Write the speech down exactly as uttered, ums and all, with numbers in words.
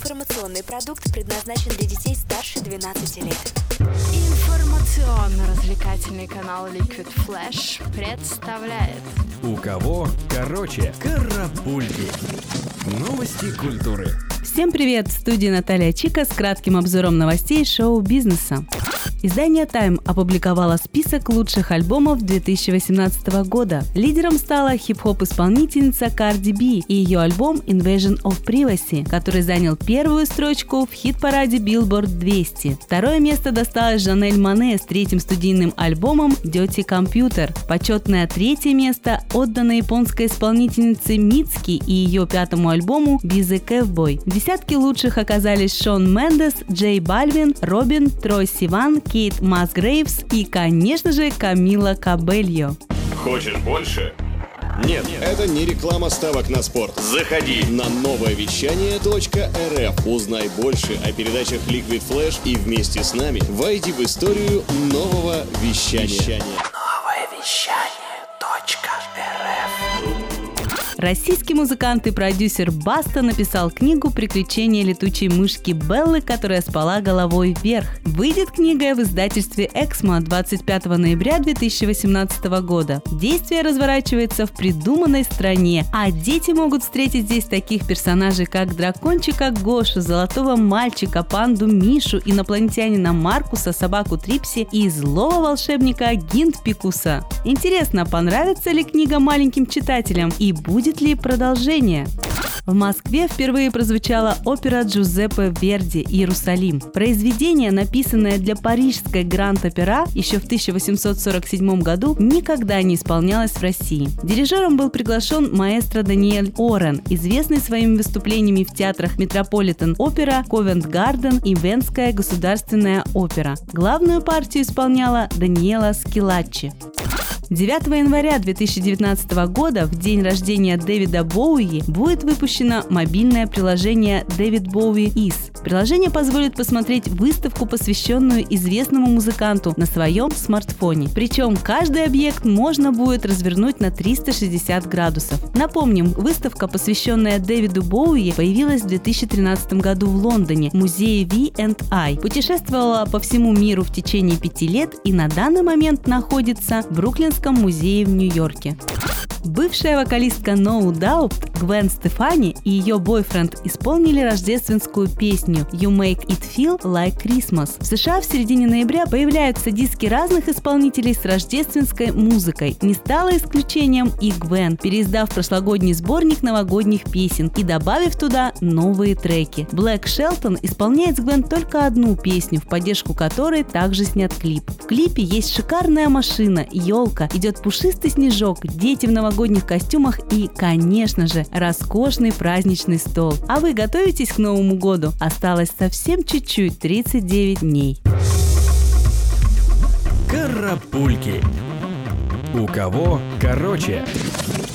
Информационный продукт предназначен для детей старше двенадцати лет. Информационно-развлекательный канал Liquid Flash представляет «У кого короче?» Карапульки. Новости культуры. Всем привет! В студии Наталья Чика с кратким обзором новостей шоу-бизнеса. Издание Time опубликовало список лучших альбомов две тысячи восемнадцатого года. Лидером стала хип-хоп-исполнительница Cardi B и ее альбом Invasion of Privacy, который занял первую строчку в хит-параде Billboard двести. Второе место досталось Жанель Моне с третьим студийным альбомом Dirty Computer. Почетное третье место отдано японской исполнительнице Митски и ее пятому альбому Be the Cowboy. В десятке лучших оказались Шон Мендес, Джей Бальвин, Робин, Трой Сиван, Кейт Масгрейвс и, конечно же, Камила Кабельо. Хочешь больше? Нет, это не реклама ставок на спорт. Заходи на новое вещание точка эр эф. Узнай больше о передачах Liquid Flash и вместе с нами войди в историю нового вещания. Новое вещание точка эр эф. Российский музыкант и продюсер Баста написал книгу «Приключения летучей мышки Беллы, которая спала головой вверх». Выйдет книга в издательстве «Эксмо» двадцать пятого ноября две тысячи восемнадцатого года. Действие разворачивается в придуманной стране, а дети могут встретить здесь таких персонажей, как дракончика Гошу, золотого мальчика, панду Мишу, инопланетянина Маркуса, собаку Трипси и злого волшебника Гиндпикуса. Интересно, понравится ли книга маленьким читателям и будет Будет ли продолжение? В Москве впервые прозвучала опера Джузеппе Верди «Иерусалим». Произведение, написанное для парижской Гранд-Опера еще в тысяча восемьсот сорок седьмом году, никогда не исполнялось в России. Дирижером был приглашен маэстро Даниэль Орен, известный своими выступлениями в театрах Метрополитен-опера, Ковент-Гарден и Венская государственная опера. Главную партию исполняла Даниэла Скилаччи. девятого января две тысячи девятнадцатого года, в день рождения Дэвида Боуи, будет выпущено мобильное приложение David Bowie Is. Приложение позволит посмотреть выставку, посвященную известному музыканту, на своем смартфоне. Причем каждый объект можно будет развернуть на триста шестьдесят градусов. Напомним, выставка, посвященная Дэвиду Боуи, появилась в две тысячи тринадцатом году в Лондоне в музее ви энд ай. Путешествовала по всему миру в течение пяти лет и на данный момент находится в Бруклинском музее в Нью-Йорке. Бывшая вокалистка No Doubt Гвен Стефани и ее бойфренд исполнили рождественскую песню You Make It Feel Like Christmas. В США в середине ноября появляются диски разных исполнителей с рождественской музыкой. Не стало исключением и Гвен, переиздав прошлогодний сборник новогодних песен и добавив туда новые треки. Блэк Шелтон исполняет с Гвен только одну песню, в поддержку которой также снят клип. В клипе есть шикарная машина, елка, идет пушистый снежок, дети в новогодних костюмах и, конечно же, роскошный праздничный стол. А вы готовитесь к Новому году? Осталось совсем чуть-чуть, тридцать девять дней. Карапульки. У кого короче?